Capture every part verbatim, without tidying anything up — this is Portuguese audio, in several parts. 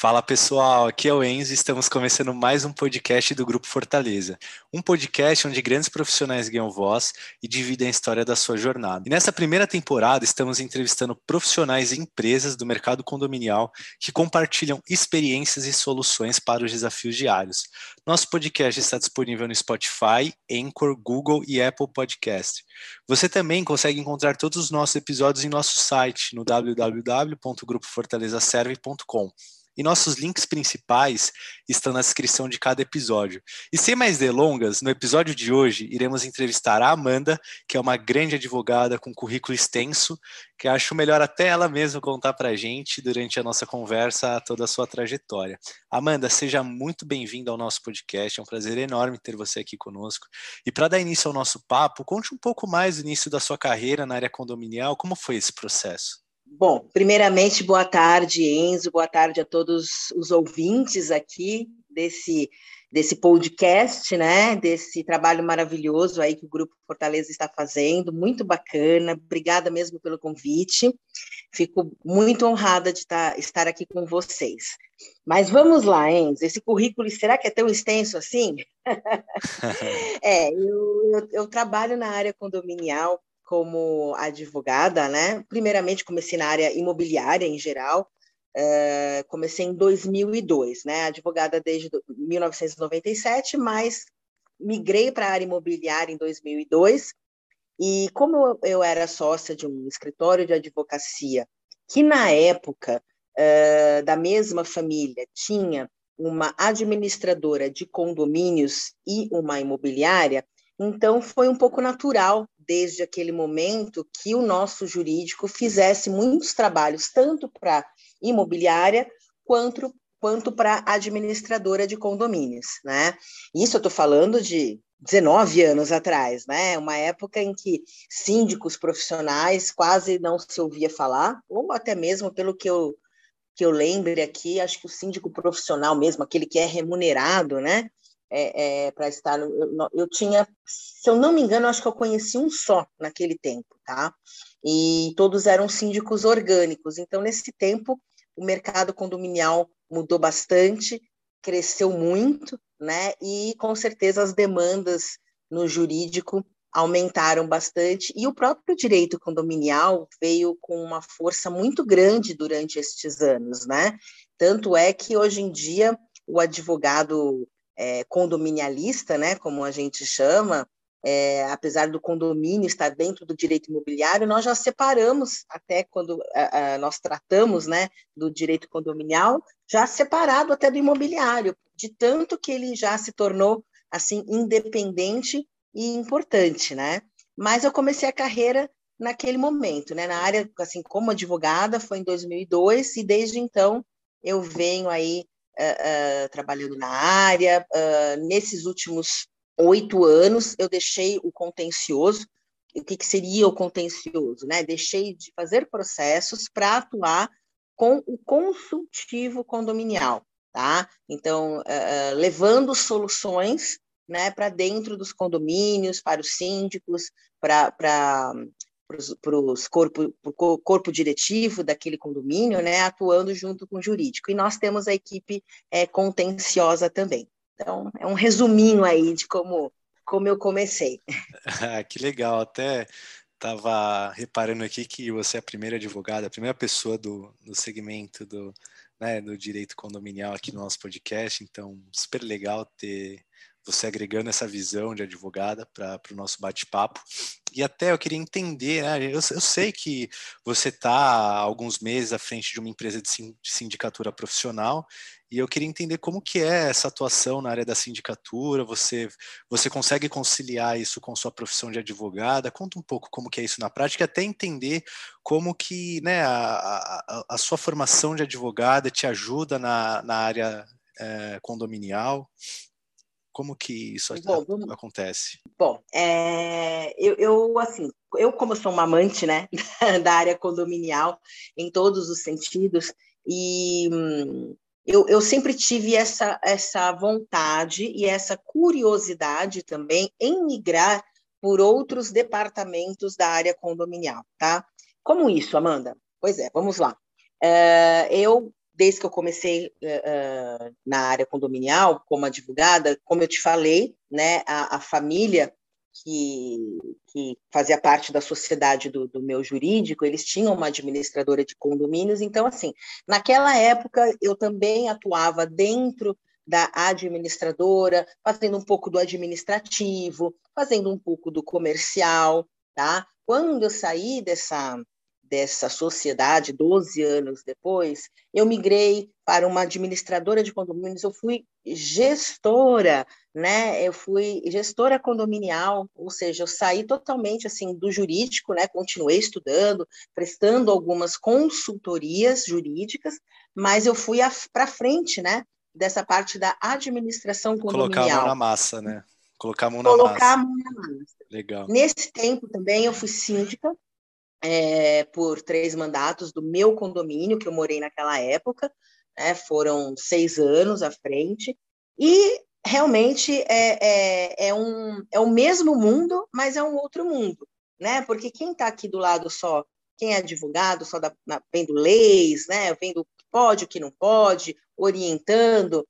Fala pessoal, aqui é o Enzo e estamos começando mais um podcast do Grupo Fortaleza. Um podcast onde grandes profissionais ganham voz e dividem a história da sua jornada. E nessa primeira temporada estamos entrevistando profissionais e empresas do mercado condominial que compartilham experiências e soluções para os desafios diários. Nosso podcast está disponível no Spotify, Anchor, Google e Apple Podcast. Você também consegue encontrar todos os nossos episódios em nosso site no w w w ponto grupo fortaleza serve ponto com. E nossos links principais estão na descrição de cada episódio. E sem mais delongas, no episódio de hoje, iremos entrevistar a Amanda, que é uma grande advogada com currículo extenso, que acho melhor até ela mesma contar para a gente, durante a nossa conversa, toda a sua trajetória. Amanda, seja muito bem-vinda ao nosso podcast, é um prazer enorme ter você aqui conosco. E para dar início ao nosso papo, conte um pouco mais do início da sua carreira na área condominial, como foi esse processo? Bom, primeiramente, boa tarde, Enzo, boa tarde a todos os ouvintes aqui desse, desse podcast, né, desse trabalho maravilhoso aí que o Grupo Fortaleza está fazendo, muito bacana, obrigada mesmo pelo convite, fico muito honrada de tá, estar aqui com vocês. Mas vamos lá, Enzo, esse currículo, será que é tão extenso assim? é, eu, eu, eu trabalho na área condominial, como advogada, né? Primeiramente comecei na área imobiliária em geral, uh, comecei em dois mil e dois, né? Advogada desde mil novecentos e noventa e sete, mas migrei para a área imobiliária em dois mil e dois, e como eu, eu era sócia de um escritório de advocacia, que na época, uh, da mesma família, tinha uma administradora de condomínios e uma imobiliária, então foi um pouco natural, desde aquele momento, que o nosso jurídico fizesse muitos trabalhos, tanto para imobiliária, quanto, quanto para administradora de condomínios, né? Isso eu estou falando de dezenove anos atrás, né? Uma época em que síndicos profissionais quase não se ouvia falar, ou até mesmo pelo que eu, que eu lembre aqui, acho que o síndico profissional mesmo, aquele que é remunerado, né? É, é, para estar no, eu, eu tinha, se eu não me engano, acho que eu conheci um só naquele tempo, tá? E todos eram síndicos orgânicos. Então, nesse tempo, o mercado condominial mudou bastante, cresceu muito, né? E com certeza as demandas no jurídico aumentaram bastante, e o próprio direito condominial veio com uma força muito grande durante estes anos, né? Tanto é que hoje em dia o advogado É, condominialista, né, como a gente chama, é, apesar do condomínio estar dentro do direito imobiliário, nós já separamos, até quando a, a, nós tratamos, né, do direito condominial, já separado até do imobiliário, de tanto que ele já se tornou assim independente e importante, né? Mas eu comecei a carreira naquele momento, né, na área, assim, como advogada, foi em dois mil e dois, e desde então eu venho aí Uh, uh, trabalhando na área. Uh, nesses últimos oito anos, eu deixei o contencioso. O que, que seria o contencioso? Né? Deixei de fazer processos para atuar com o consultivo condominial, tá? Então, uh, levando soluções, né, para dentro dos condomínios, para os síndicos, para para o corpo, corpo diretivo daquele condomínio, né, atuando junto com o jurídico. E nós temos a equipe é, contenciosa também. Então, é um resuminho aí de como, como eu comecei. Ah, que legal, até estava reparando aqui que você é a primeira advogada, a primeira pessoa do, do segmento do, né, do direito condominial aqui no nosso podcast, então super legal ter você agregando essa visão de advogada para o nosso bate-papo. E até eu queria entender, né, eu, eu sei que você está há alguns meses à frente de uma empresa de sindicatura profissional, e eu queria entender como que é essa atuação na área da sindicatura, você, você consegue conciliar isso com sua profissão de advogada? Conta um pouco como que é isso na prática, e até entender como que, né, a, a, a sua formação de advogada te ajuda na, na área é, condominial. Como que isso bom, vamos... acontece? Bom, é, eu, eu, assim, eu como sou uma amante, né, da área condominial, em todos os sentidos, e hum, eu, eu sempre tive essa, essa vontade e essa curiosidade também em migrar por outros departamentos da área condominial, tá? Como isso, Amanda? Pois é, vamos lá. É, eu desde que eu comecei uh, na área condominial, como advogada, como eu te falei, né, a, a família que, que fazia parte da sociedade do, do meu jurídico, eles tinham uma administradora de condomínios, então, assim, naquela época, eu também atuava dentro da administradora, fazendo um pouco do administrativo, fazendo um pouco do comercial, tá? Quando eu saí dessa, dessa sociedade, doze anos depois, eu migrei para uma administradora de condomínios, eu fui gestora, né? Eu fui gestora condominial, ou seja, eu saí totalmente assim do jurídico, né? Continuei estudando, prestando algumas consultorias jurídicas, mas eu fui para frente, né? Dessa parte da administração Colocar a mão na condominial. massa, né? Colocar a mão na Colocar a massa. mão na massa. Legal. Nesse tempo também eu fui síndica é, por três mandatos do meu condomínio, que eu morei naquela época, né? Foram seis anos à frente, e realmente é, é, é, um, é o mesmo mundo, mas é um outro mundo, né? Porque quem está aqui do lado só, quem é advogado, só da, na, vendo leis, né? Vendo o que pode, o que não pode, orientando,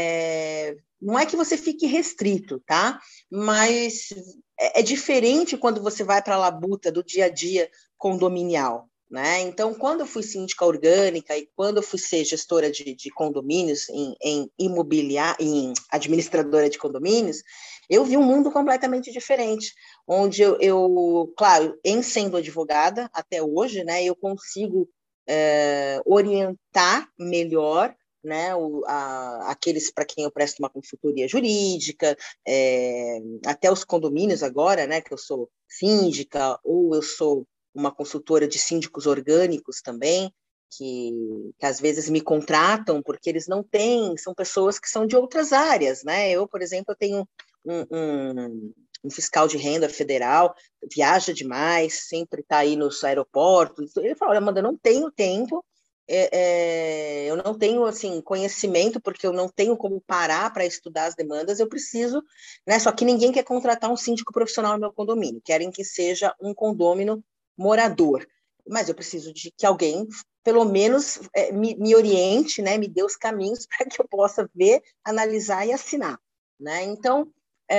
é, não é que você fique restrito, tá? Mas é, é diferente quando você vai para a labuta do dia a dia condominial, né? Então, quando eu fui síndica orgânica e quando eu fui ser gestora de, de condomínios, em, em imobiliária, em administradora de condomínios, eu vi um mundo completamente diferente, onde eu, eu claro, em sendo advogada até hoje, né, eu consigo é, orientar melhor, né, o, a, aqueles para quem eu presto uma consultoria jurídica, é, até os condomínios agora, né, que eu sou síndica, ou eu sou uma consultora de síndicos orgânicos também, que, que às vezes me contratam porque eles não têm, são pessoas que são de outras áreas, né? Eu, por exemplo, eu tenho um, um, um fiscal de renda federal, viaja demais, sempre está aí nos aeroportos. Ele fala, olha, Amanda, eu não tenho tempo, é, é, eu não tenho assim conhecimento, porque eu não tenho como parar para estudar as demandas, eu preciso, né? Só que ninguém quer contratar um síndico profissional no meu condomínio, querem que seja um condômino morador, mas eu preciso de que alguém, pelo menos, é, me, me oriente, né, me dê os caminhos para que eu possa ver, analisar e assinar, né? Então,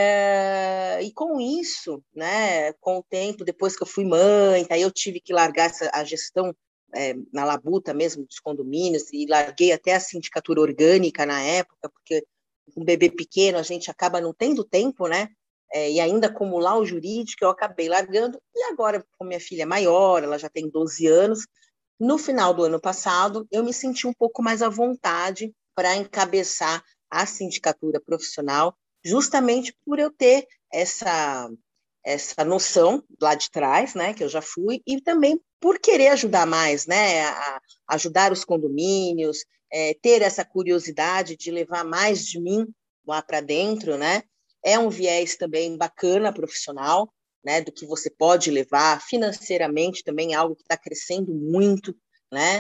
é, e com isso, né, com o tempo, depois que eu fui mãe, aí eu tive que largar essa, a gestão é, na labuta mesmo dos condomínios, e larguei até a sindicatura orgânica na época, porque com um bebê pequeno a gente acaba não tendo tempo, né? É, e ainda acumular o jurídico, eu acabei largando, e agora, com minha filha maior, ela já tem doze anos, no final do ano passado, eu me senti um pouco mais à vontade para encabeçar a sindicatura profissional, justamente por eu ter essa, essa noção lá de trás, né, que eu já fui, e também por querer ajudar mais, né, a, a ajudar os condomínios, é, ter essa curiosidade de levar mais de mim lá para dentro, né? É um viés também bacana profissional, né, do que você pode levar financeiramente também, é algo que está crescendo muito, né?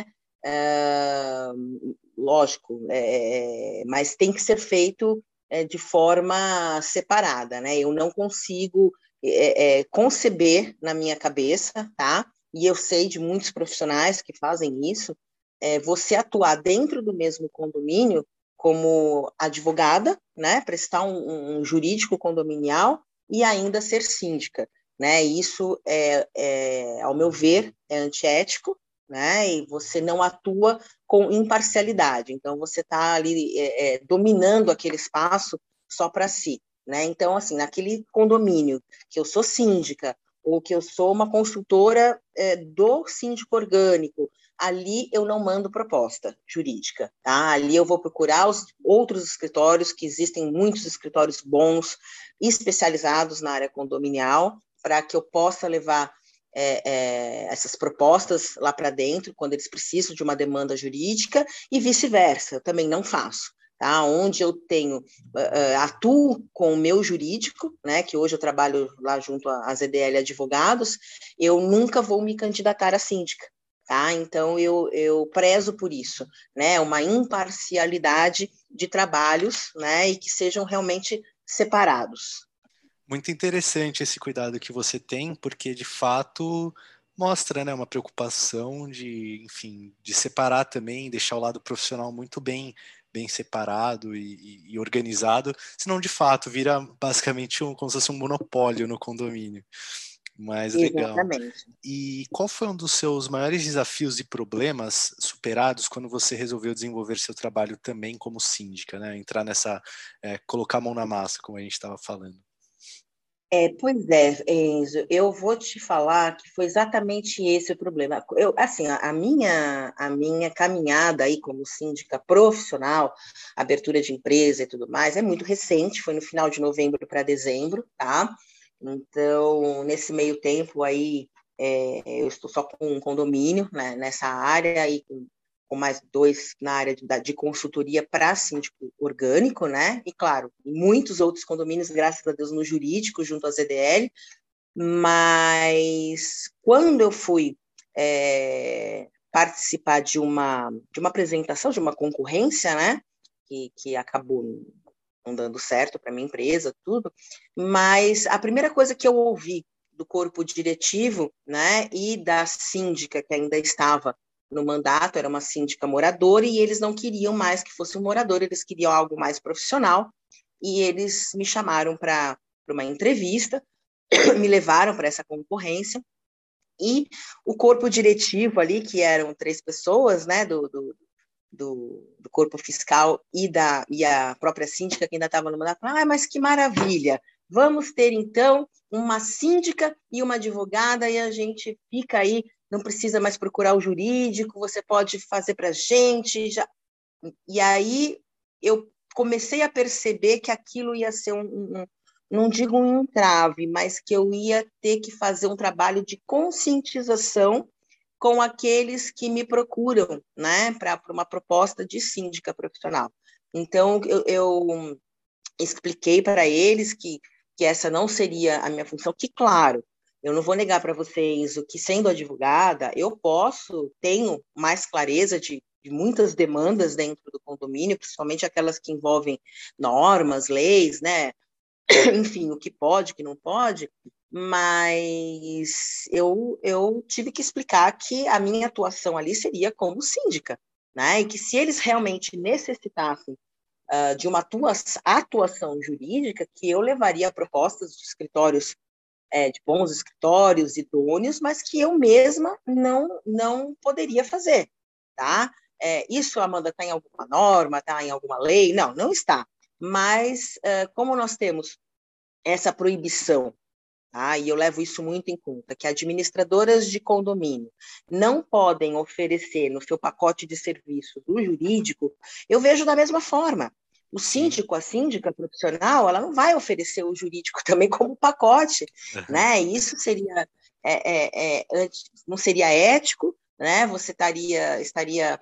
É, lógico, é, mas tem que ser feito é, de forma separada, né? Eu não consigo é, é, conceber na minha cabeça, tá? E eu sei de muitos profissionais que fazem isso, é, você atuar dentro do mesmo condomínio como advogada, né, prestar um, um jurídico condominial e ainda ser síndica, né? Isso é, é, ao meu ver, é antiético, né? E você não atua com imparcialidade. Então você está ali é, é, dominando aquele espaço só para si, né? Então assim, naquele condomínio que eu sou síndica ou que eu sou uma consultora é, do síndico orgânico, ali eu não mando proposta jurídica, tá? Ali eu vou procurar os outros escritórios, que existem muitos escritórios bons, especializados na área condominial, para que eu possa levar é, é, essas propostas lá para dentro, quando eles precisam de uma demanda jurídica, e vice-versa, eu também não faço. Tá? Onde eu tenho, uh, atuo com o meu jurídico, né, que hoje eu trabalho lá junto à Z D L Advogados, eu nunca vou me candidatar a síndica. Tá? Então, eu, eu prezo por isso, né? Uma imparcialidade de trabalhos, né? E que sejam realmente separados. Muito interessante esse cuidado que você tem, porque, de fato, mostra, né, uma preocupação de, enfim, de separar também, deixar o lado profissional muito bem, bem separado e, e, e organizado, senão de fato vira basicamente um, como se fosse um monopólio no condomínio. Mas legal. Exatamente. E qual foi um dos seus maiores desafios e problemas superados quando você resolveu desenvolver seu trabalho também como síndica, né? Entrar nessa, é, colocar a mão na massa, como a gente estava falando. É, pois é, Enzo, eu vou te falar que foi exatamente esse o problema. Eu, assim, a, a minha, a minha caminhada aí como síndica profissional, abertura de empresa e tudo mais, é muito recente, foi no final de novembro para dezembro, tá? Então, nesse meio tempo aí, é, eu estou só com um condomínio, né, nessa área, e com, com mais dois na área de, de consultoria para síndico orgânico, né? E, claro, muitos outros condomínios, graças a Deus, no jurídico, junto à Z D L. Mas, quando eu fui é, participar de uma, de uma apresentação, de uma concorrência, né? Que, que acabou não dando certo para minha empresa, tudo, mas a primeira coisa que eu ouvi do corpo diretivo, né, e da síndica que ainda estava no mandato, era uma síndica moradora, e eles não queriam mais que fosse um morador, eles queriam algo mais profissional, e eles me chamaram para uma entrevista, me levaram para essa concorrência, e o corpo diretivo ali, que eram três pessoas, né, do, do Do, do corpo fiscal e, da, e a própria síndica que ainda estava no mandato, ah, mas que maravilha, vamos ter então uma síndica e uma advogada e a gente fica aí, não precisa mais procurar o jurídico, você pode fazer para a gente. Já... E aí eu comecei a perceber que aquilo ia ser um, um, não digo um entrave, mas que eu ia ter que fazer um trabalho de conscientização com aqueles que me procuram, né, para uma proposta de síndica profissional. Então, eu, eu expliquei para eles que, que essa não seria a minha função, que, claro, eu não vou negar para vocês o que, sendo advogada, eu posso, tenho mais clareza de, de muitas demandas dentro do condomínio, principalmente aquelas que envolvem normas, leis, né, enfim, o que pode, o que não pode, mas eu, eu tive que explicar que a minha atuação ali seria como síndica, né? E que se eles realmente necessitassem uh, de uma atua atuação jurídica, que eu levaria propostas de escritórios, é, de bons escritórios idôneos, mas que eu mesma não, não poderia fazer, tá? É, isso, Amanda, está em alguma norma, está em alguma lei? Não, não está. Mas, uh, como nós temos essa proibição, tá? E eu levo isso muito em conta, que administradoras de condomínio não podem oferecer no seu pacote de serviço do jurídico, eu vejo da mesma forma. O síndico, a síndica profissional, ela não vai oferecer o jurídico também como pacote, uhum. né? Isso seria, é, é, é, não seria ético, né? Você estaria, estaria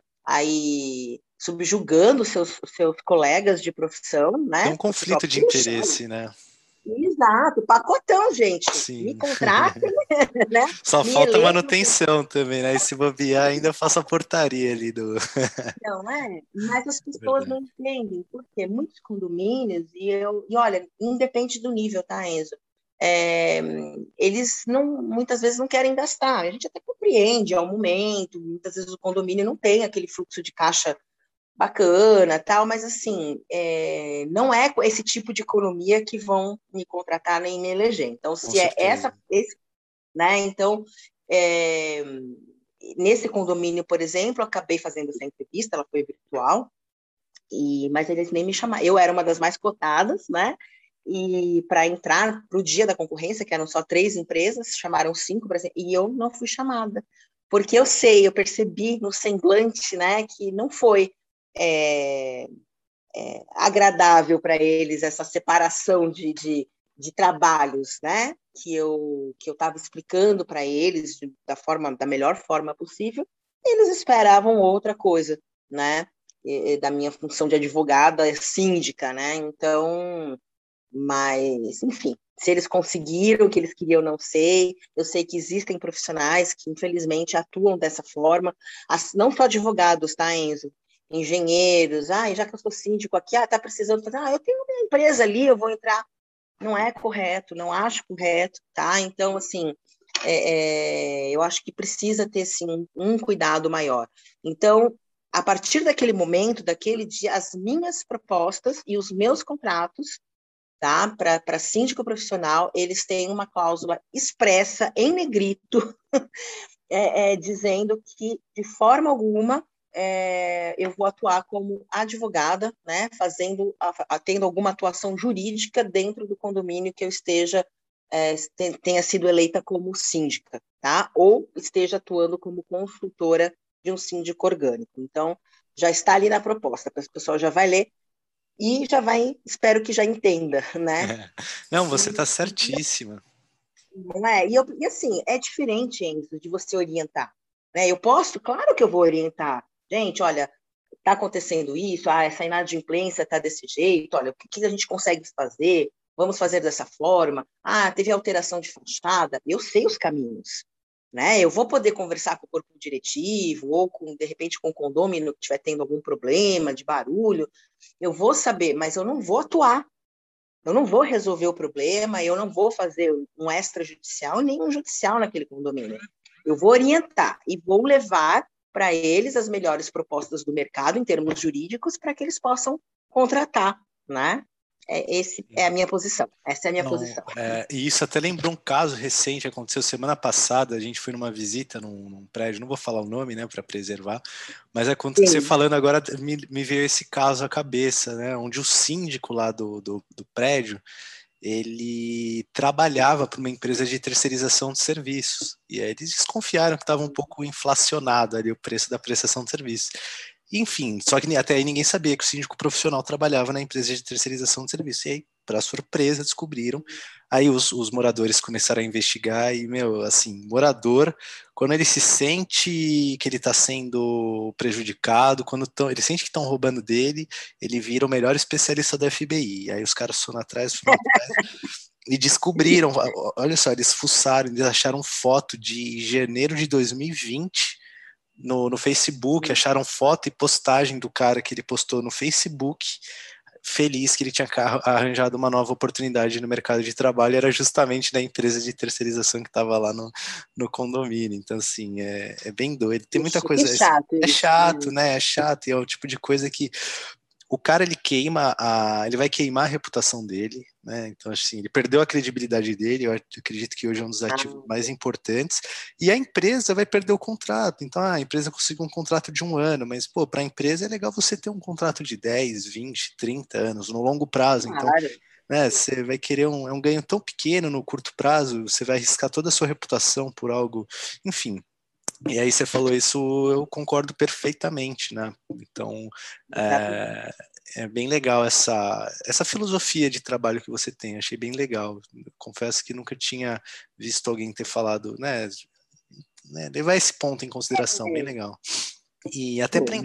aí subjugando seus, seus colegas de profissão, né? Tem um conflito só, de interesse, né? Exato, pacotão, gente. Sim. Me contratem, né? Só Me falta elejo... manutenção também, né? E se bobear, ainda faço a portaria ali do. Não, é? Mas as pessoas Verdade. Não entendem, porque muitos condomínios, e eu, e olha, independe do nível, tá, Enzo? É, eles não, muitas vezes não querem gastar. A gente até compreende, é um momento, muitas vezes o condomínio não tem aquele fluxo de caixa bacana, tal, mas assim, é, não é esse tipo de economia que vão me contratar nem me eleger. Então, se é essa, esse, né? Então, é, nesse condomínio, por exemplo, eu acabei fazendo essa entrevista, ela foi virtual, e, mas eles nem me chamaram. Eu era uma das mais cotadas, né? E para entrar para o dia da concorrência, que eram só três empresas, chamaram cinco, e eu não fui chamada. Porque eu sei, eu percebi no semblante, né, que não foi É, é, agradável para eles essa separação de, de, de trabalhos, né? Que eu que eu estava explicando para eles de, da forma da melhor forma possível. Eles esperavam outra coisa, né? E, da minha função de advogada síndica, né? Então, mas enfim, se eles conseguiram o que eles queriam, não sei. Eu sei que existem profissionais que infelizmente atuam dessa forma, não só advogados, tá, Enzo? Engenheiros, ah, já que eu sou síndico aqui, ah, tá precisando fazer, ah, eu tenho uma empresa ali, eu vou entrar. Não é correto, não acho correto, tá? Então, assim, é, é, eu acho que precisa ter, sim, um, um cuidado maior. Então, a partir daquele momento, daquele dia, as minhas propostas e os meus contratos, tá, para síndico profissional, eles têm uma cláusula expressa, em negrito, é, é, dizendo que, de forma alguma, é, eu vou atuar como advogada, né, fazendo, a, tendo alguma atuação jurídica dentro do condomínio que eu esteja, é, tenha sido eleita como síndica, tá? Ou esteja atuando como consultora de um síndico orgânico. Então, já está ali na proposta, o pessoal já vai ler e já vai, espero que já entenda, né? É. Não, você está E, certíssima. não é? E, eu, e assim, é diferente, Enzo, de você orientar, né? Eu posso, claro que eu vou orientar. Gente, olha, está acontecendo isso, ah, essa inadimplência está desse jeito, olha, o que, que a gente consegue fazer? Vamos fazer dessa forma. Ah, teve alteração de fachada. Eu sei os caminhos, né? Eu vou poder conversar com o corpo diretivo ou, com, de repente, com o condômino que estiver tendo algum problema de barulho. Eu vou saber, mas eu não vou atuar. Eu não vou resolver o problema, eu não vou fazer um extrajudicial nem um judicial naquele condomínio. Eu vou orientar e vou levar para eles as melhores propostas do mercado em termos jurídicos para que eles possam contratar, né? É, esse é a minha posição. Essa é a minha Não, posição. é, e isso até lembrou um caso recente, aconteceu semana passada, a gente foi numa visita num, num prédio, não vou falar o nome, né, para preservar, mas é quando você Sim. falando agora, me, me veio esse caso à cabeça, né, onde o síndico lá do, do, do prédio, ele trabalhava para uma empresa de terceirização de serviços, e aí eles desconfiaram que estava um pouco inflacionado ali o preço da prestação de serviços. Enfim, só que até aí ninguém sabia que o síndico profissional trabalhava na empresa de terceirização de serviço. E aí, para surpresa, descobriram. Aí os, os moradores começaram a investigar e, meu, assim, morador, quando ele se sente que ele está sendo prejudicado, quando tão, ele sente que estão roubando dele, ele vira o melhor especialista da F B I. Aí os caras foram atrás, foram atrás e descobriram, olha só, eles fuçaram, eles acharam foto de janeiro de dois mil e vinte no, no Facebook, acharam foto e postagem do cara que ele postou no Facebook, feliz que ele tinha arranjado uma nova oportunidade no mercado de trabalho, era justamente da empresa de terceirização que estava lá no, no condomínio. Então, assim, é, é bem doido. Tem muita Ixi, que coisa. chato É isso, chato, né? né? É chato, e é o tipo de coisa que o cara ele queima a, ele vai queimar a reputação dele, né? Então assim, ele perdeu a credibilidade dele. Eu acredito que hoje é um dos ativos Ah, mais importantes. E a empresa vai perder o contrato. Então ah, a empresa conseguiu um contrato de um ano, mas pô, para a empresa é legal você ter um contrato de dez, vinte, trinta anos no longo prazo. Então, claro. né, você vai querer um, é um ganho tão pequeno no curto prazo, você vai arriscar toda a sua reputação por algo, enfim. E aí você falou isso, eu concordo perfeitamente, né? Então, é, é bem legal essa, essa filosofia de trabalho que você tem, achei bem legal. Confesso que nunca tinha visto alguém ter falado, né, né levar esse ponto em consideração, bem legal. E até para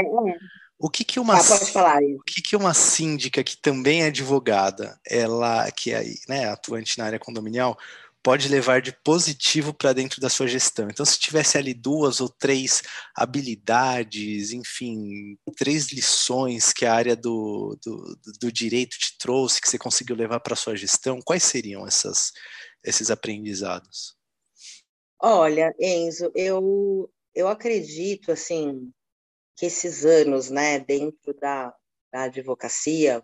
o que que uma Ah, pode falar aí. o que que uma síndica que também é advogada, ela que é, né, atuante na área condominial, pode levar de positivo para dentro da sua gestão. Então, se tivesse ali duas ou três habilidades, enfim, três lições que a área do, do, do direito te trouxe, que você conseguiu levar para a sua gestão, quais seriam essas, esses aprendizados? Olha, Enzo, eu, eu acredito, assim, que esses anos, né, dentro da, da advocacia,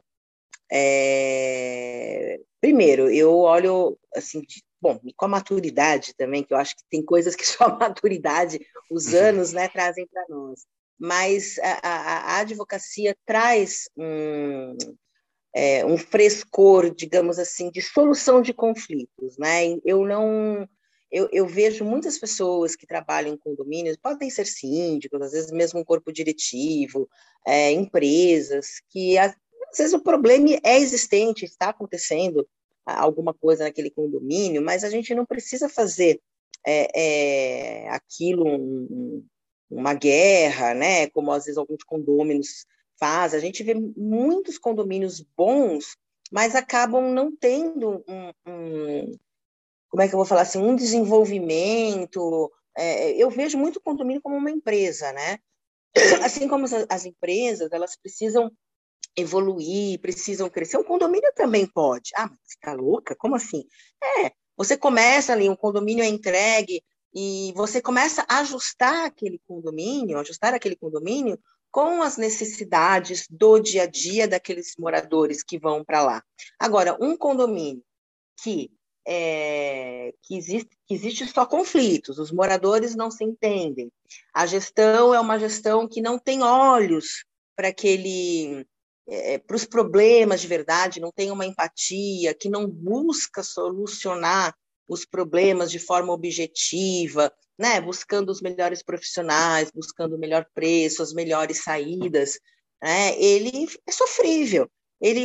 é... primeiro, eu olho, assim, de, bom, e com a maturidade também, que eu acho que tem coisas que só a maturidade, os anos, né, trazem para nós. Mas a, a, a advocacia traz um, é, um frescor, digamos assim, de solução de conflitos, né? Eu não, eu, eu, vejo muitas pessoas que trabalham em condomínios, podem ser síndicos, às vezes mesmo um corpo diretivo, é, empresas, que às vezes o problema é existente, está acontecendo alguma coisa naquele condomínio, mas a gente não precisa fazer é, é, aquilo um, uma guerra, né? Como às vezes alguns condôminos faz. A gente vê muitos condomínios bons, mas acabam não tendo um, um como é que eu vou falar assim, um desenvolvimento. É, eu vejo muito condomínio como uma empresa, né? Assim como as, as empresas, elas precisam evoluir, precisam crescer. O condomínio também pode. Ah, mas você tá louca? Como assim? É, Você começa ali, um condomínio é entregue, e você começa a ajustar aquele condomínio, ajustar aquele condomínio com as necessidades do dia a dia daqueles moradores que vão para lá. Agora, um condomínio que, é, que, existe, que existe só conflitos, os moradores não se entendem, a gestão é uma gestão que não tem olhos para aquele... É, para os problemas de verdade, não tem uma empatia, que não busca solucionar os problemas de forma objetiva, né? Buscando os melhores profissionais, buscando o melhor preço, as melhores saídas, né? Ele é sofrível. Ele,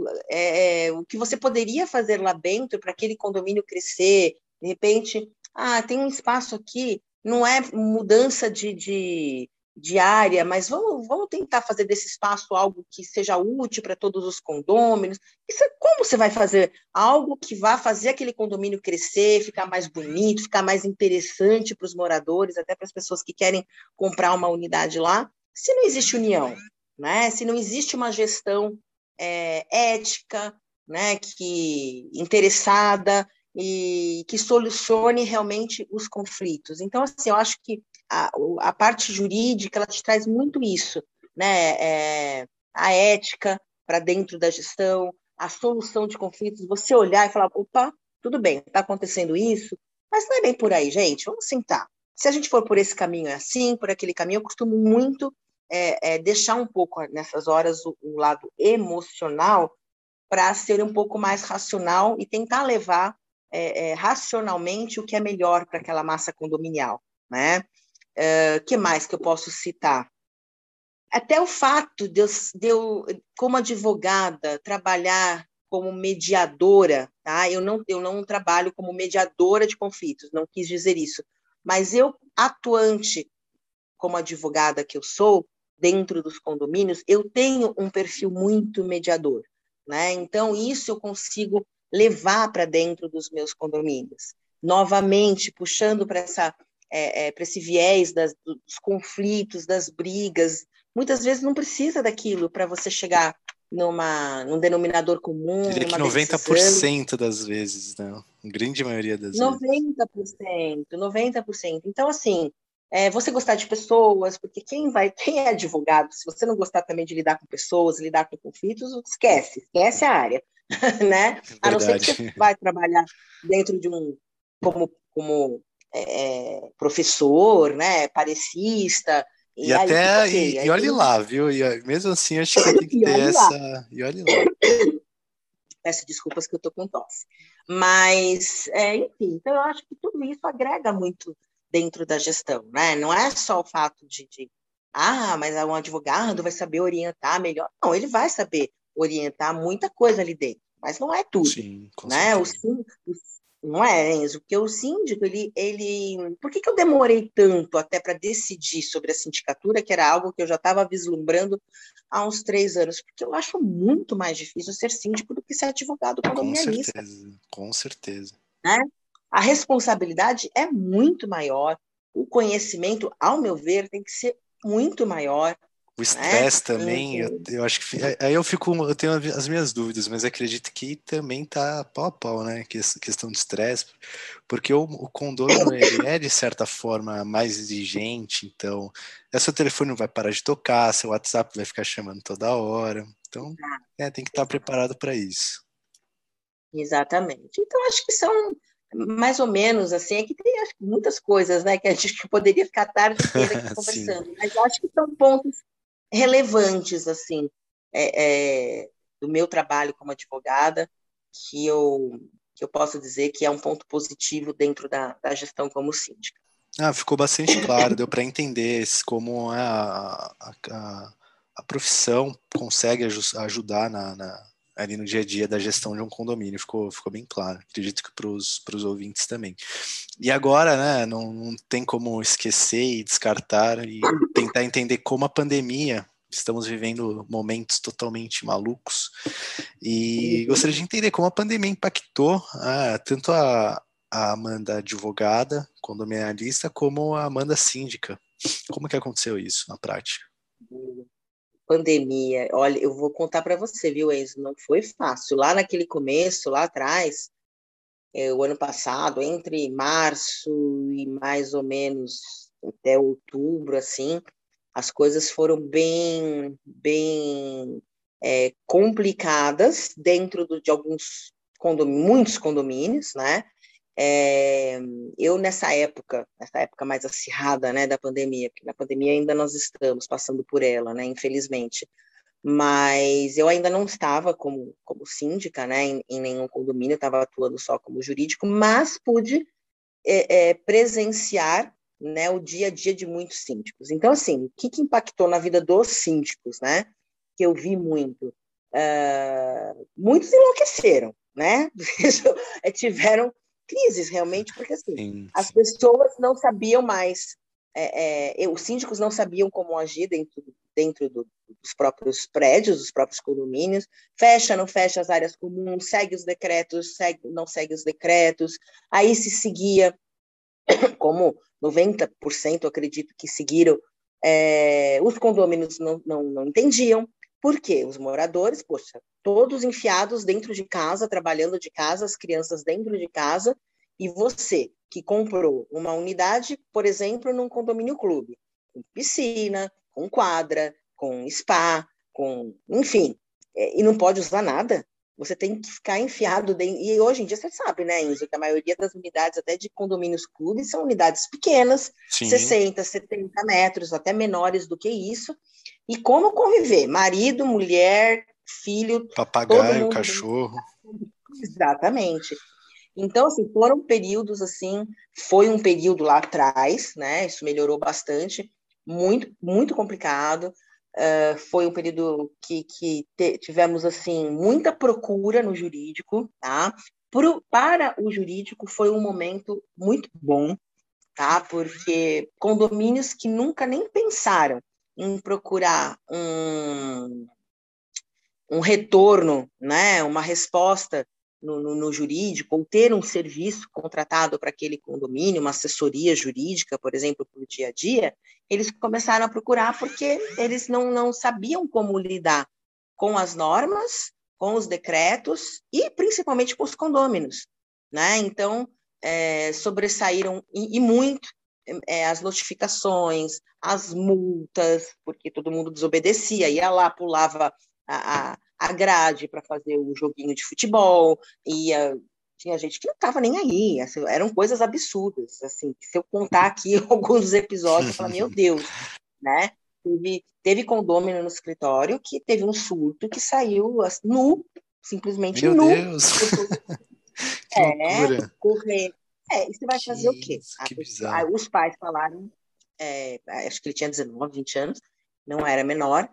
é, é, o que você poderia fazer lá dentro para aquele condomínio crescer, de repente, ah, tem um espaço aqui, não é mudança de, de, de área, mas vamos, vamos tentar fazer desse espaço algo que seja útil para todos os condôminos. Isso, como você vai fazer algo que vá fazer aquele condomínio crescer, ficar mais bonito, ficar mais interessante para os moradores, até para as pessoas que querem comprar uma unidade lá, se não existe união, né? Se não existe uma gestão é, ética, né? Que interessada e que solucione realmente os conflitos. Então, assim, eu acho que a, a parte jurídica, ela te traz muito isso, né? É, a ética para dentro da gestão, a solução de conflitos, você olhar e falar, opa, tudo bem, está acontecendo isso, mas não é bem por aí, gente, vamos sentar. Se a gente for por esse caminho é assim, por aquele caminho, eu costumo muito é, é, deixar um pouco nessas horas o, o lado emocional para ser um pouco mais racional e tentar levar é, é, racionalmente o que é melhor para aquela massa condominial, né? O uh, que mais que eu posso citar? Até o fato de eu, de eu, como advogada, trabalhar como mediadora, tá? Eu não, eu não trabalho como mediadora de conflitos, não quis dizer isso, mas eu, atuante como advogada que eu sou, dentro dos condomínios, eu tenho um perfil muito mediador, né? Então, isso eu consigo levar para dentro dos meus condomínios. Novamente, puxando para essa é, é, para esse viés das, dos conflitos, das brigas. Muitas vezes não precisa daquilo para você chegar numa, num denominador comum, Diria que numa noventa por decisão. cento das vezes, né? A grande maioria das vezes. noventa por cento, noventa por cento. Então, assim, é, você gostar de pessoas, porque quem vai, quem é advogado, se você não gostar também de lidar com pessoas, lidar com conflitos, esquece, esquece a área, né? É A não ser que você verdade. vai trabalhar dentro de um, como, como é, professor, né, parecista, E e aí tudo até, e, ok. e Aí olhe tem... lá, viu? E mesmo assim, acho que você tem que E ter olhe lá. essa. E olhe lá. Peço desculpas que eu estou com tosse. Mas, é, enfim, então eu acho que tudo isso agrega muito dentro da gestão, né? Não é só o fato de, de ah, mas um advogado vai saber orientar melhor. Não, ele vai saber orientar muita coisa ali dentro, mas não é tudo, Sim, com né? O, certeza. sim, o, não é, Enzo? Porque o síndico, ele, ele... Por que, que eu demorei tanto até para decidir sobre a sindicatura, que era algo que eu já estava vislumbrando há uns três anos? Porque eu acho muito mais difícil ser síndico do que ser advogado Com condominialista, certeza, com certeza. né? A responsabilidade é muito maior, o conhecimento, ao meu ver, tem que ser muito maior, O né? estresse também, eu, eu acho que aí eu fico, eu tenho as minhas dúvidas, mas acredito que também tá pau a pau, né? Que questão de estresse, porque o, o condômino ele é de certa forma mais exigente, então é, seu telefone não vai parar de tocar, seu WhatsApp vai ficar chamando toda hora, então é, tem que estar preparado para isso. Exatamente. Então, acho que são mais ou menos assim, é que tem acho, muitas coisas, né, que a gente poderia ficar a tarde inteira aqui Sim. conversando, mas acho que são pontos relevantes, assim, é, é, do meu trabalho como advogada, que eu, que eu posso dizer que é um ponto positivo dentro da, da gestão como síndica. Ah, ficou bastante claro, deu para entender como a, a, a, a profissão consegue ajudar na, na, ali no dia a dia da gestão de um condomínio, ficou, ficou bem claro, acredito que para os ouvintes também. E agora, né, não, não tem como esquecer e descartar e tentar entender como a pandemia, estamos vivendo momentos totalmente malucos, e Uhum. gostaria de entender como a pandemia impactou ah, tanto a a Amanda advogada, condominialista, como a Amanda síndica. Como que aconteceu isso na prática? Pandemia, olha, eu vou contar para você, viu, Enzo? Não foi fácil. Lá naquele começo, lá atrás, é, o ano passado, entre março e mais ou menos até outubro, assim, as coisas foram bem, bem é, complicadas dentro do, de alguns condomínios, muitos condomínios, né? É, eu, nessa época, nessa época mais acirrada, né, da pandemia, porque na pandemia ainda nós estamos passando por ela, né, infelizmente, mas eu ainda não estava como, como síndica, né, em, em nenhum condomínio, eu estava atuando só como jurídico, mas pude é, é, presenciar, né, o dia a dia de muitos síndicos. Então, assim, o que, que impactou na vida dos síndicos, né, que eu vi muito? Uh, muitos enlouqueceram, né, tiveram crises, realmente, porque assim, sim, as sim. pessoas não sabiam mais, é, é, os síndicos não sabiam como agir dentro, dentro do, dos próprios prédios, dos próprios condomínios, fecha, não fecha as áreas comuns, segue os decretos, segue, não segue os decretos, aí se seguia, como noventa por cento, eu acredito que seguiram, é, os condôminos não, não, não entendiam. Por quê? Os moradores, poxa, todos enfiados dentro de casa, trabalhando de casa, as crianças dentro de casa, e você que comprou uma unidade, por exemplo, num condomínio clube, com piscina, com quadra, com spa, com, enfim, é, e não pode usar nada, você tem que ficar enfiado dentro. E hoje em dia você sabe, né, Enzo, que a maioria das unidades, até de condomínios clubes, são unidades pequenas, Sim. sessenta, setenta metros, até menores do que isso. E como conviver? Marido, mulher, filho, todo Papagaio, mundo. cachorro. Exatamente. Então, assim, foram períodos, assim, foi um período lá atrás, né, isso melhorou bastante, muito, muito complicado, uh, foi um período que, que te, tivemos, assim, muita procura no jurídico, tá? Pro, para o jurídico foi um momento muito bom, tá? Porque condomínios que nunca nem pensaram em procurar um, um retorno, né, uma resposta no, no, no jurídico, ou ter um serviço contratado para aquele condomínio, uma assessoria jurídica, por exemplo, para o dia a dia, eles começaram a procurar porque eles não, não sabiam como lidar com as normas, com os decretos e principalmente com os condôminos, né? Então, é, sobressaíram e, e muito é, as notificações, as multas, porque todo mundo desobedecia, ia lá, pulava a, a grade para fazer o joguinho de futebol, e tinha gente que não estava nem aí, assim, eram coisas absurdas, assim, se eu contar aqui alguns episódios, eu falo, meu Deus, né? Teve, teve condômino no escritório que teve um surto que saiu assim, nu, simplesmente Meu nu. Deus! Que É, loucura! correr. É, e você vai fazer o Que quê? isso, A que pessoa, bizarro. os pais falaram, é, acho que ele tinha dezenove, vinte anos, não era menor,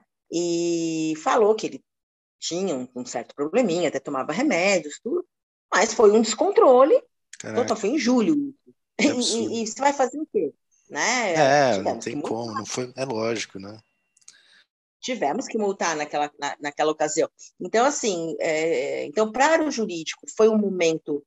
e falou que ele tinha um, um certo probleminha, até tomava remédios, tudo, mas foi um descontrole total, Caraca, foi em julho. E, que e, absurdo. e você vai fazer o quê? Né? É, não Tivemos tem que multar, como, não foi, é lógico, né? tivemos que multar naquela, na, naquela ocasião. Então, assim, é, então, para o jurídico, foi um momento,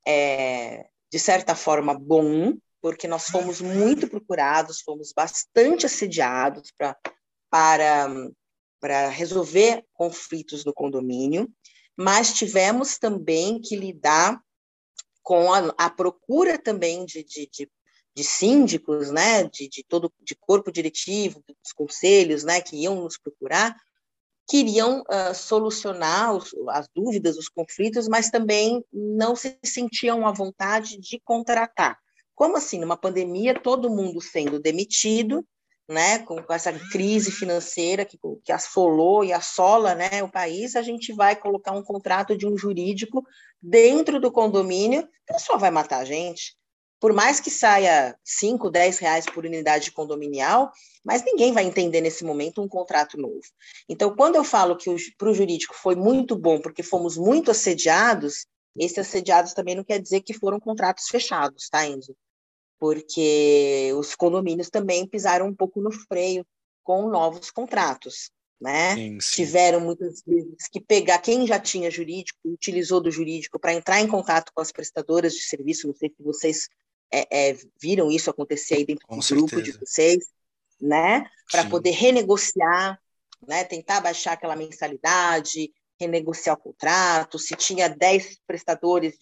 é, de certa forma, bom, porque nós fomos muito procurados, fomos bastante assediados pra, para, para resolver conflitos no condomínio, mas tivemos também que lidar com a, a procura também de, de, de, de síndicos, né, de, de todo de corpo diretivo, dos conselhos, né, que iam nos procurar, queriam uh, solucionar os, as dúvidas, os conflitos, mas também não se sentiam à vontade de contratar. Como assim, numa pandemia, todo mundo sendo demitido, né, com, com essa crise financeira que, que assolou e assola, né, o país, a gente vai colocar um contrato de um jurídico dentro do condomínio, que só vai matar a gente. Por mais que saia cinco, dez reais por unidade condominial, mas ninguém vai entender nesse momento um contrato novo. Então, quando eu falo que para o jurídico foi muito bom, porque fomos muito assediados, esses assediados também não quer dizer que foram contratos fechados, tá, Enzo? Porque os condomínios também pisaram um pouco no freio com novos contratos, né? Sim, sim. Tiveram muitas vezes que pegar quem já tinha jurídico, utilizou do jurídico para entrar em contato com as prestadoras de serviço, não sei se vocês é, é, viram isso acontecer aí dentro Com do grupo de certeza. vocês, né? Para Sim. poder renegociar, né? Tentar baixar aquela mensalidade, renegociar o contrato, se tinha dez prestadores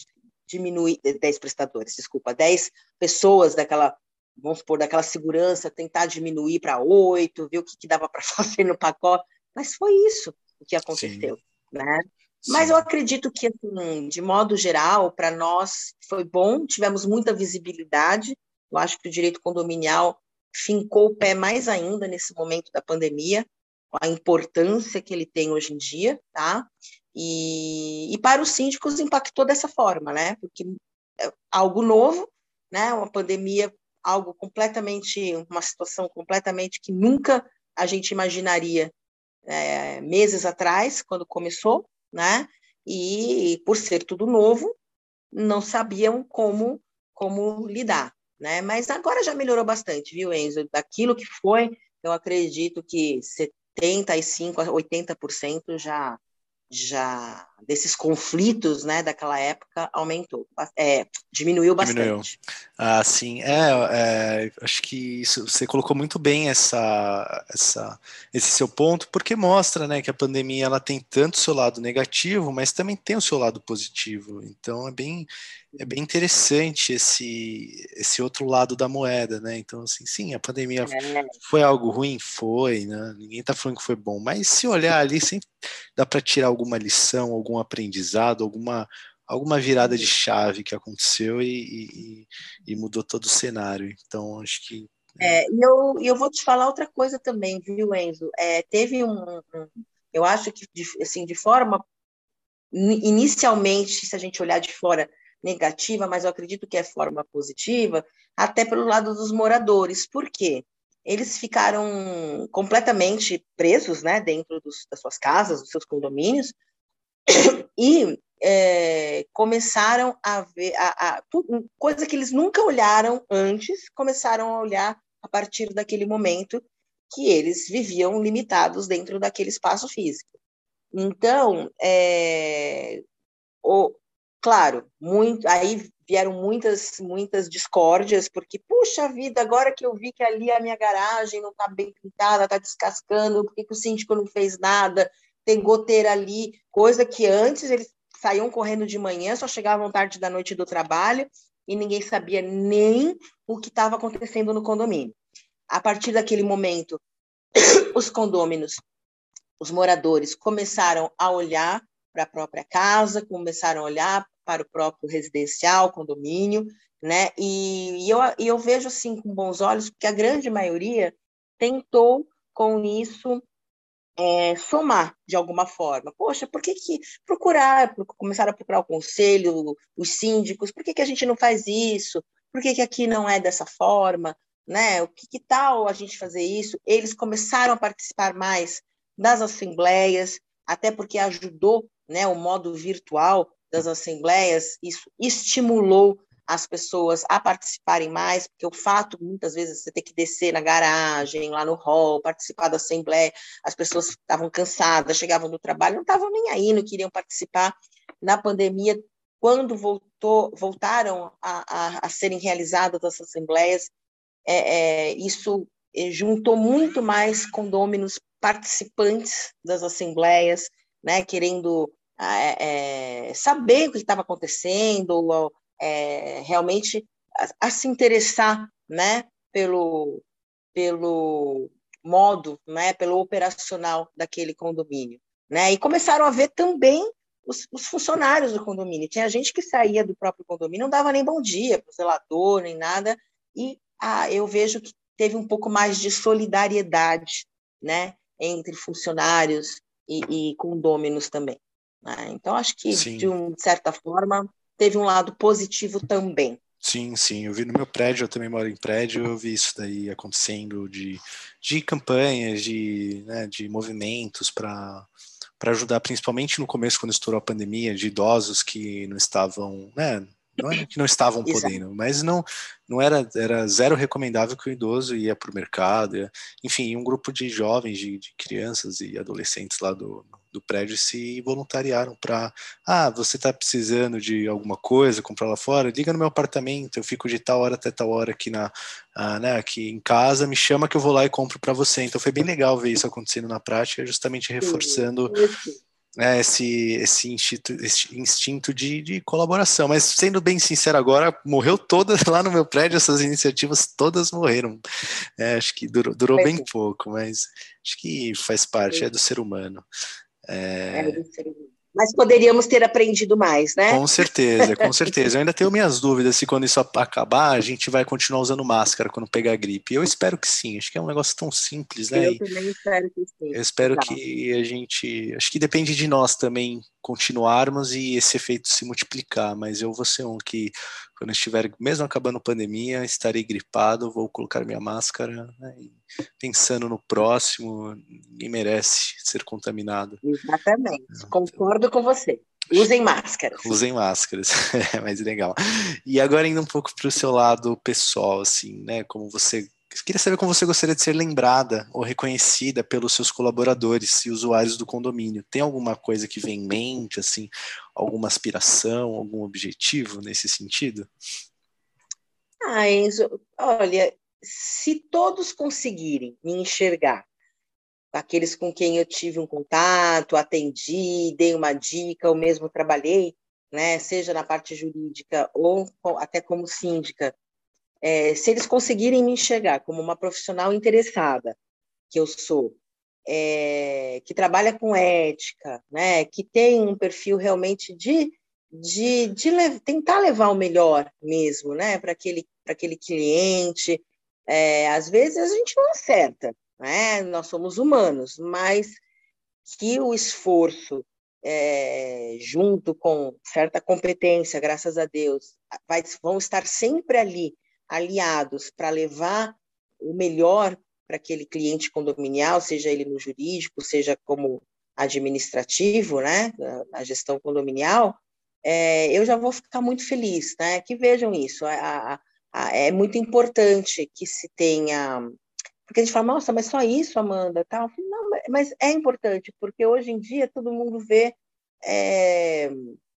diminuir, dez prestadores, desculpa, dez pessoas daquela, vamos supor, daquela segurança, tentar diminuir para oito, ver o que, que dava para fazer no pacote, mas foi isso o que aconteceu, Sim, né? Mas sim. eu acredito que, assim, de modo geral, para nós foi bom, tivemos muita visibilidade, eu acho que o direito condominial fincou o pé mais ainda nesse momento da pandemia, a importância que ele tem hoje em dia, tá? E, e para os síndicos impactou dessa forma, né? Porque é algo novo, né? Uma pandemia, algo completamente, uma situação completamente que nunca a gente imaginaria é, meses atrás, quando começou, né? E por ser tudo novo, não sabiam como, como lidar, né? Mas agora já melhorou bastante, viu, Enzo? Daquilo que foi, eu acredito que setenta e cinco a oitenta por cento já já desses conflitos, né, daquela época aumentou, é, diminuiu Diminuiu. bastante. Ah, sim. É, é, acho que isso, você colocou muito bem essa, essa, esse seu ponto, porque mostra, né, que a pandemia ela tem tanto o seu lado negativo, mas também tem o seu lado positivo. Então é bem, é bem interessante esse, esse outro lado da moeda, né? Então, assim, sim, a pandemia É, foi algo ruim? Foi, né? Ninguém está falando que foi bom, mas se olhar ali, sempre dá para tirar alguma lição, algum aprendizado, alguma alguma virada de chave que aconteceu e, e, e mudou todo o cenário. Então, acho que. é, e eu, e eu vou te falar outra coisa também, viu, Enzo? É, teve um, um, eu acho que, de, assim, de forma, inicialmente, se a gente olhar de fora, negativa, mas eu acredito que é forma positiva, até pelo lado dos moradores. Por quê? Eles ficaram completamente presos, né, dentro dos, das suas casas, dos seus condomínios, e é, começaram a ver a, a, coisa que eles nunca olharam antes, começaram a olhar a partir daquele momento que eles viviam limitados dentro daquele espaço físico. Então, é, o, claro, muito, aí vieram muitas, muitas discórdias, porque, puxa vida, agora que eu vi que ali a minha garagem não está bem pintada, está descascando, por que, que o síndico não fez nada? Tem goteira ali, coisa que antes eles saíam correndo de manhã, só chegavam tarde da noite do trabalho e ninguém sabia nem o que estava acontecendo no condomínio. A partir daquele momento, os condôminos, os moradores começaram a olhar para a própria casa, começaram a olhar para o próprio residencial, condomínio, né? E, e, eu, e eu vejo assim com bons olhos, porque a grande maioria tentou com isso é, somar de alguma forma. Poxa, por que, que procurar, começaram a procurar o conselho, os síndicos, por que, que a gente não faz isso? Por que, que aqui não é dessa forma? Né? O que, que tal a gente fazer isso? Eles começaram a participar mais das assembleias, até porque ajudou, né, o modo virtual das assembleias, isso estimulou as pessoas a participarem mais, porque o fato, muitas vezes, você ter que descer na garagem, lá no hall, participar da assembleia, as pessoas estavam cansadas, chegavam do trabalho, não estavam nem aí, não queriam participar. Na pandemia, quando voltou, voltaram a, a, a serem realizadas as assembleias, é, é, isso juntou muito mais condôminos participantes das assembleias, né, querendo é, é, saber o que estava acontecendo, ou, é, realmente a, a se interessar, né, pelo, pelo modo, né, pelo operacional daquele condomínio, né, e começaram a ver também os, os funcionários do condomínio. Tinha gente que saía do próprio condomínio, não dava nem bom dia para o zelador, nem nada, e ah, eu vejo que teve um pouco mais de solidariedade, né, entre funcionários e, e condôminos também. Né? Então, acho que, de Sim. uma certa forma, teve um lado positivo também. Sim, sim, eu vi no meu prédio, eu também moro em prédio, eu vi isso daí acontecendo de, de campanhas, de, né, de movimentos para para ajudar, principalmente no começo, quando estourou a pandemia, de idosos que não estavam, né, não era que não estavam Exato. podendo, mas não, não era, era zero recomendável que o idoso ia para o mercado, ia, enfim, um grupo de jovens, de, de crianças e adolescentes lá do, do prédio se voluntariaram para, ah, você está precisando de alguma coisa, comprar lá fora, liga no meu apartamento, eu fico de tal hora até tal hora aqui na, ah, né, aqui em casa, me chama que eu vou lá e compro para você. Então foi bem legal ver isso acontecendo na prática, justamente reforçando É, esse, esse, instinto, esse instinto de, de colaboração. Mas, sendo bem sincero agora, morreu todas lá no meu prédio, essas iniciativas todas morreram. É, acho que durou, durou bem pouco, mas acho que faz parte, é do ser humano. É, é do ser humano. Mas poderíamos ter aprendido mais, né? Com certeza, com certeza. Eu ainda tenho minhas dúvidas se quando isso acabar, a gente vai continuar usando máscara quando pegar gripe. Eu espero que sim, acho que é um negócio tão simples, né? Eu E também espero que sim. eu espero Exato. que a gente. Acho que depende de nós também continuarmos e esse efeito se multiplicar. Mas eu vou ser um que, quando estiver, mesmo acabando a pandemia, estarei gripado, vou colocar minha máscara, né, pensando no próximo, ninguém merece ser contaminado. Exatamente. Concordo com você. Usem máscaras. Usem máscaras, é mais legal. E agora indo um pouco para o seu lado pessoal, assim, né? Como você. Queria saber como você gostaria de ser lembrada ou reconhecida pelos seus colaboradores e usuários do condomínio. Tem alguma coisa que vem em mente, assim, alguma aspiração, algum objetivo nesse sentido? Ah, Enzo, olha, se todos conseguirem me enxergar, aqueles com quem eu tive um contato, atendi, dei uma dica, ou mesmo trabalhei, né, seja na parte jurídica ou até como síndica, é, se eles conseguirem me enxergar como uma profissional interessada, que eu sou, é, que trabalha com ética, né, que tem um perfil realmente de, de, de le tentar levar o melhor mesmo, né, para aquele, para aquele cliente. É, às vezes a gente não acerta, né? Nós somos humanos, mas que o esforço, é, junto com certa competência, graças a Deus, vai, vão estar sempre ali, aliados, para levar o melhor para aquele cliente condominial, seja ele no jurídico, seja como administrativo, né, na gestão condominial, é, eu já vou ficar muito feliz, né, que vejam isso. A, a, a, é muito importante que se tenha. Porque a gente fala, nossa, mas só isso, Amanda? Tal. Não, mas é importante, porque hoje em dia todo mundo vê. É,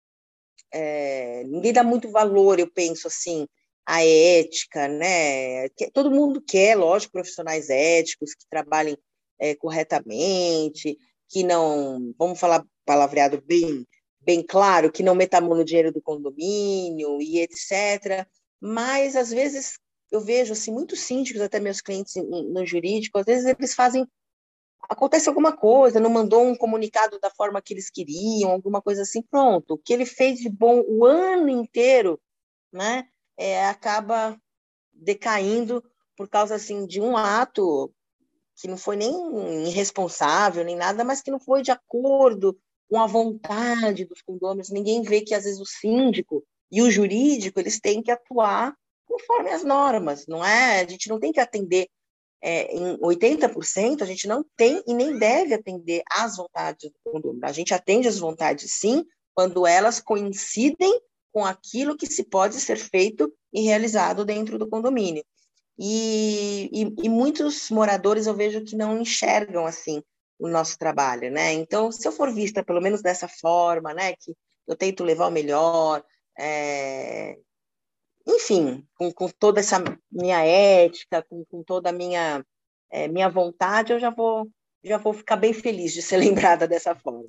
é, ninguém dá muito valor, eu penso assim, à ética, né? Todo mundo quer, lógico, profissionais éticos que trabalhem é, corretamente, que não, vamos falar palavreado bem, bem claro, que não meta a mão no dinheiro do condomínio e etcétera. Mas às vezes eu vejo assim muitos síndicos, até meus clientes no jurídico, às vezes eles fazem, acontece alguma coisa, não mandou um comunicado da forma que eles queriam, alguma coisa assim, pronto. O que ele fez de bom o ano inteiro, né, é, acaba decaindo por causa assim de um ato que não foi nem irresponsável nem nada, mas que não foi de acordo com a vontade dos condôminos. Ninguém vê que às vezes o síndico e o jurídico eles têm que atuar conforme as normas, não é? A gente não tem que atender é, em oitenta por cento, a gente não tem e nem deve atender às vontades do condomínio. A gente atende às vontades, sim, quando elas coincidem com aquilo que se pode ser feito e realizado dentro do condomínio. E, e, e muitos moradores eu vejo que não enxergam assim o nosso trabalho, né? Então, se eu for vista pelo menos dessa forma, né, que eu tento levar o melhor, é, enfim, com, com toda essa minha ética, com, com toda a minha, é, minha vontade, eu já vou, já vou ficar bem feliz de ser lembrada dessa forma.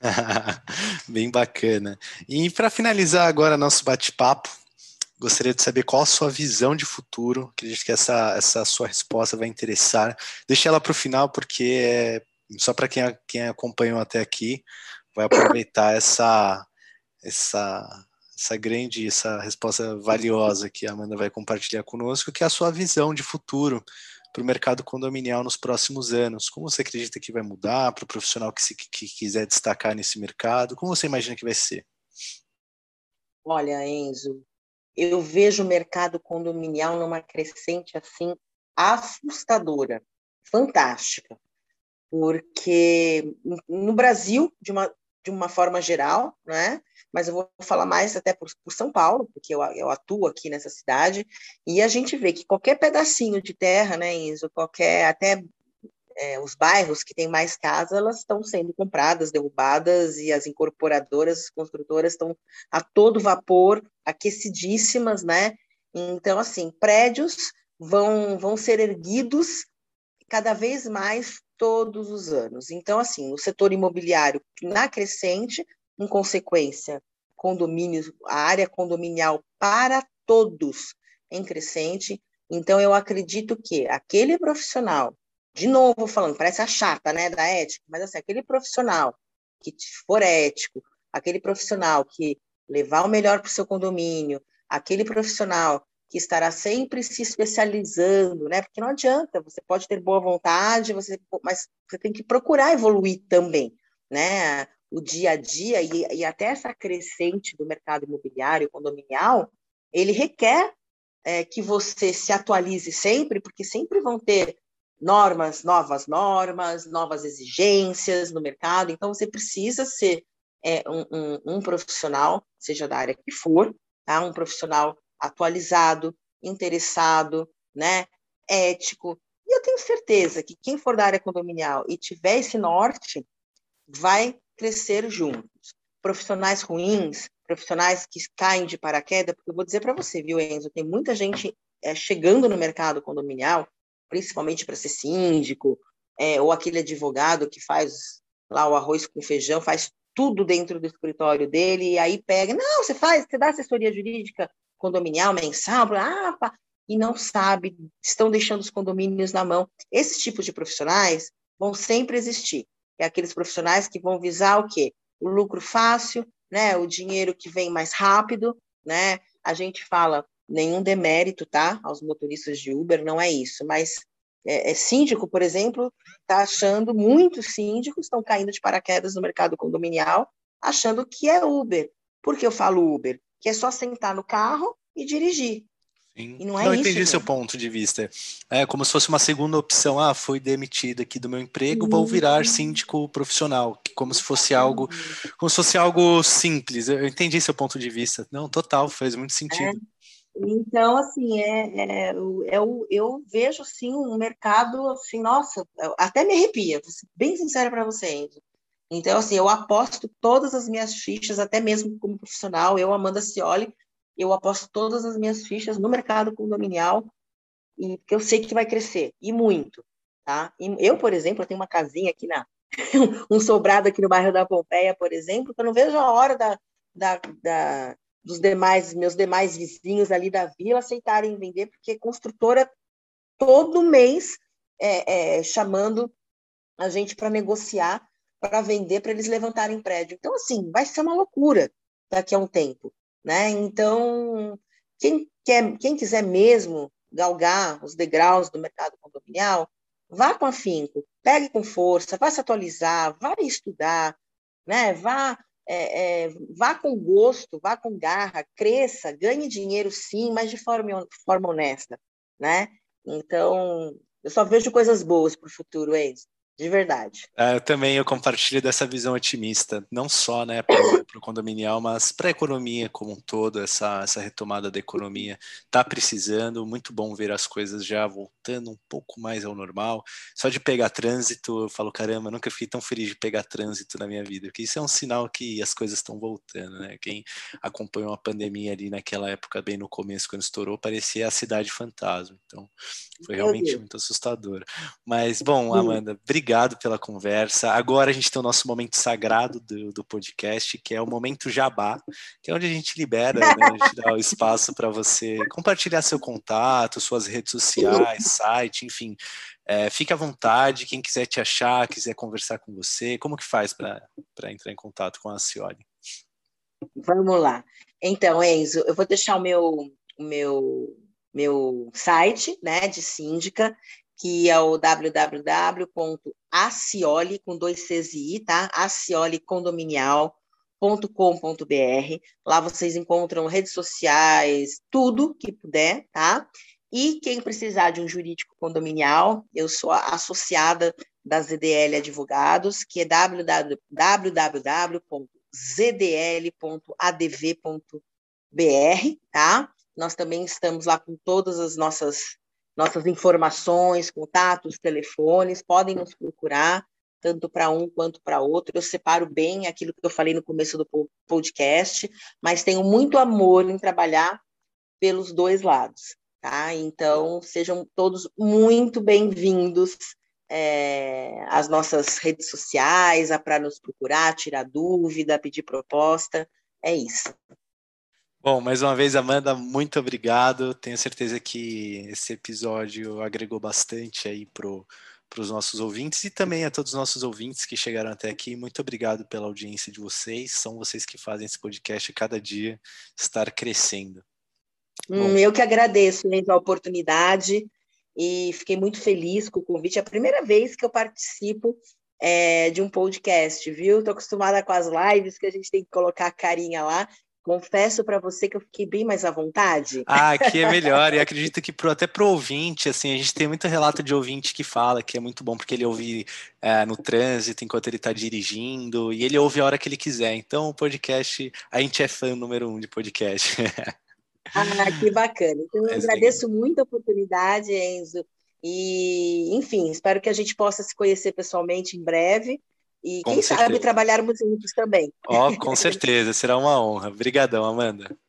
Bem bacana. E para finalizar agora nosso bate-papo, gostaria de saber qual a sua visão de futuro. Acredito que essa, essa sua resposta vai interessar. Deixa ela para o final, porque é só para quem, quem acompanhou até aqui, vai aproveitar essa, essa, essa grande, essa resposta valiosa que a Amanda vai compartilhar conosco, que é a sua visão de futuro para o mercado condominial nos próximos anos. Como você acredita que vai mudar para o profissional que, se, que quiser destacar nesse mercado? Como você imagina que vai ser? Olha, Enzo, eu vejo o mercado condominial numa crescente assim assustadora, fantástica, porque no Brasil, de uma, de uma forma geral, né? Mas eu vou falar mais até por, por São Paulo, porque eu, eu atuo aqui nessa cidade, e a gente vê que qualquer pedacinho de terra, né, Enzo, qualquer, até é, os bairros que têm mais casas, elas estão sendo compradas, derrubadas, e as incorporadoras, as construtoras estão a todo vapor, aquecidíssimas, né? Então, assim, prédios vão, vão ser erguidos cada vez mais todos os anos. Então, assim, o setor imobiliário na crescente, em consequência, condomínios, a área condominial para todos em crescente. Então, eu acredito que aquele profissional, de novo falando, parece a chata, né, da ética, mas assim, aquele profissional que for ético, aquele profissional que levar o melhor para o seu condomínio, aquele profissional que estará sempre se especializando, né? Porque não adianta, você pode ter boa vontade, você, mas você tem que procurar evoluir também, né? O dia a dia e, e até essa crescente do mercado imobiliário condominial, ele requer é, que você se atualize sempre, porque sempre vão ter normas, novas normas, novas exigências no mercado, então você precisa ser é, um, um, um profissional, seja da área que for, tá? Um profissional atualizado, interessado, né? Ético. E eu tenho certeza que quem for da área condominial e tiver esse norte, vai crescer juntos. Profissionais ruins, profissionais que caem de paraquedas, porque eu vou dizer para você, viu, Enzo, tem muita gente é, chegando no mercado condominial, principalmente para ser síndico, é, ou aquele advogado que faz lá o arroz com feijão, faz tudo dentro do escritório dele, e aí pega, não, você faz, você dá assessoria jurídica condominial, mensal, ah, pá, e não sabe, estão deixando os condomínios na mão. Esse tipo de profissionais vão sempre existir. É aqueles profissionais que vão visar o quê? O lucro fácil, né? O dinheiro que vem mais rápido, né? A gente fala nenhum demérito, tá? Aos motoristas de Uber, não é isso, mas é, é síndico, por exemplo, está achando, muitos síndicos estão caindo de paraquedas no mercado condominial, achando que é Uber. Por que eu falo Uber? Que é só sentar no carro e dirigir. Sim. E não é Não isso, entendi seu gente. ponto de vista. É como se fosse uma segunda opção. Ah, fui demitido aqui do meu emprego, vou virar síndico profissional, como se fosse algo, como se fosse algo simples. Eu entendi seu ponto de vista. Não, total, faz muito É. sentido. Então, assim, é, é, eu, eu vejo, sim, um mercado, assim, nossa, até me arrepia, vou ser bem sincera para você, Enzo. Então, assim, eu aposto todas as minhas fichas, até mesmo como profissional, eu, Amanda Scioli, eu aposto todas as minhas fichas no mercado condominial, e porque eu sei que vai crescer, e muito, tá? E eu, por exemplo, eu tenho uma casinha aqui na... um sobrado aqui no bairro da Pompeia, por exemplo, que eu não vejo a hora da, da, da dos demais, meus demais vizinhos ali da vila aceitarem vender, porque construtora todo mês é, é, chamando a gente para negociar, para vender, para eles levantarem prédio. Então, assim, vai ser uma loucura daqui a um tempo, né? Então, quem, quer, quem quiser mesmo galgar os degraus do mercado condominial, vá com afinco, pegue com força, vá se atualizar, vá estudar, né? Vá é, é, vá com gosto, vá com garra, cresça, ganhe dinheiro sim, mas de forma, forma honesta, né? Então, eu só vejo coisas boas para o futuro, Enzo, de verdade. É, eu também eu compartilho dessa visão otimista, não só né, para o condominial, mas para a economia como um todo, essa, essa retomada da economia está precisando, muito bom ver as coisas já voltando um pouco mais ao normal. Só de pegar trânsito, eu falo, caramba, nunca fiquei tão feliz de pegar trânsito na minha vida, porque isso é um sinal que as coisas estão voltando, né? Quem acompanhou a pandemia ali naquela época, bem no começo, quando estourou, parecia a cidade fantasma, então foi Meu realmente Deus. muito assustador. Mas, bom, Amanda, obrigado pela conversa. Agora a gente tem o nosso momento sagrado do, do podcast, que é o momento jabá, que é onde a gente libera, né, a gente dá o espaço para você compartilhar seu contato, suas redes sociais, site, enfim. É, fique à vontade, quem quiser te achar, quiser conversar com você, como que faz para entrar em contato com a Scioli? Vamos lá. Então, Enzo, eu vou deixar o meu, o meu, meu site, né, de síndica, que é o w w w ponto acioli, com dois Cs e I, tá? acioli condominial ponto com ponto b r. Lá vocês encontram redes sociais, tudo que puder, tá? E quem precisar de um jurídico condominial, eu sou a associada da Z D L Advogados, que é w w w ponto z d l ponto a d v ponto b r, tá? Nós também estamos lá com todas as nossas, nossas informações, contatos, telefones, podem nos procurar, tanto para um quanto para outro. Eu separo bem aquilo que eu falei no começo do podcast, mas tenho muito amor em trabalhar pelos dois lados, tá? Então, sejam todos muito bem-vindos é, as nossas redes sociais, para nos procurar, tirar dúvida, pedir proposta. É isso. Bom, mais uma vez, Amanda, muito obrigado. Tenho certeza que esse episódio agregou bastante aí pro para os nossos ouvintes e também a todos os nossos ouvintes que chegaram até aqui. Muito obrigado pela audiência de vocês. São vocês que fazem esse podcast cada dia estar crescendo. Hum, eu que agradeço, né, a oportunidade e fiquei muito feliz com o convite. É a primeira vez que eu participo é, de um podcast, viu? Estou acostumada com as lives que a gente tem que colocar a carinha lá. Confesso para você que eu fiquei bem mais à vontade. Ah, aqui é melhor, e acredito que pro, até pro ouvinte, assim, a gente tem muito relato de ouvinte que fala que é muito bom porque ele ouve é, no trânsito enquanto ele está dirigindo, e ele ouve a hora que ele quiser. Então, o podcast, a gente é fã número um de podcast. Ah, que bacana. Então, eu Mas, agradeço muito a oportunidade, Enzo. E, enfim, espero que a gente possa se conhecer pessoalmente em breve. E com quem sabe certeza. trabalharmos juntos também. Ó, com certeza, será uma honra. Obrigadão, Amanda.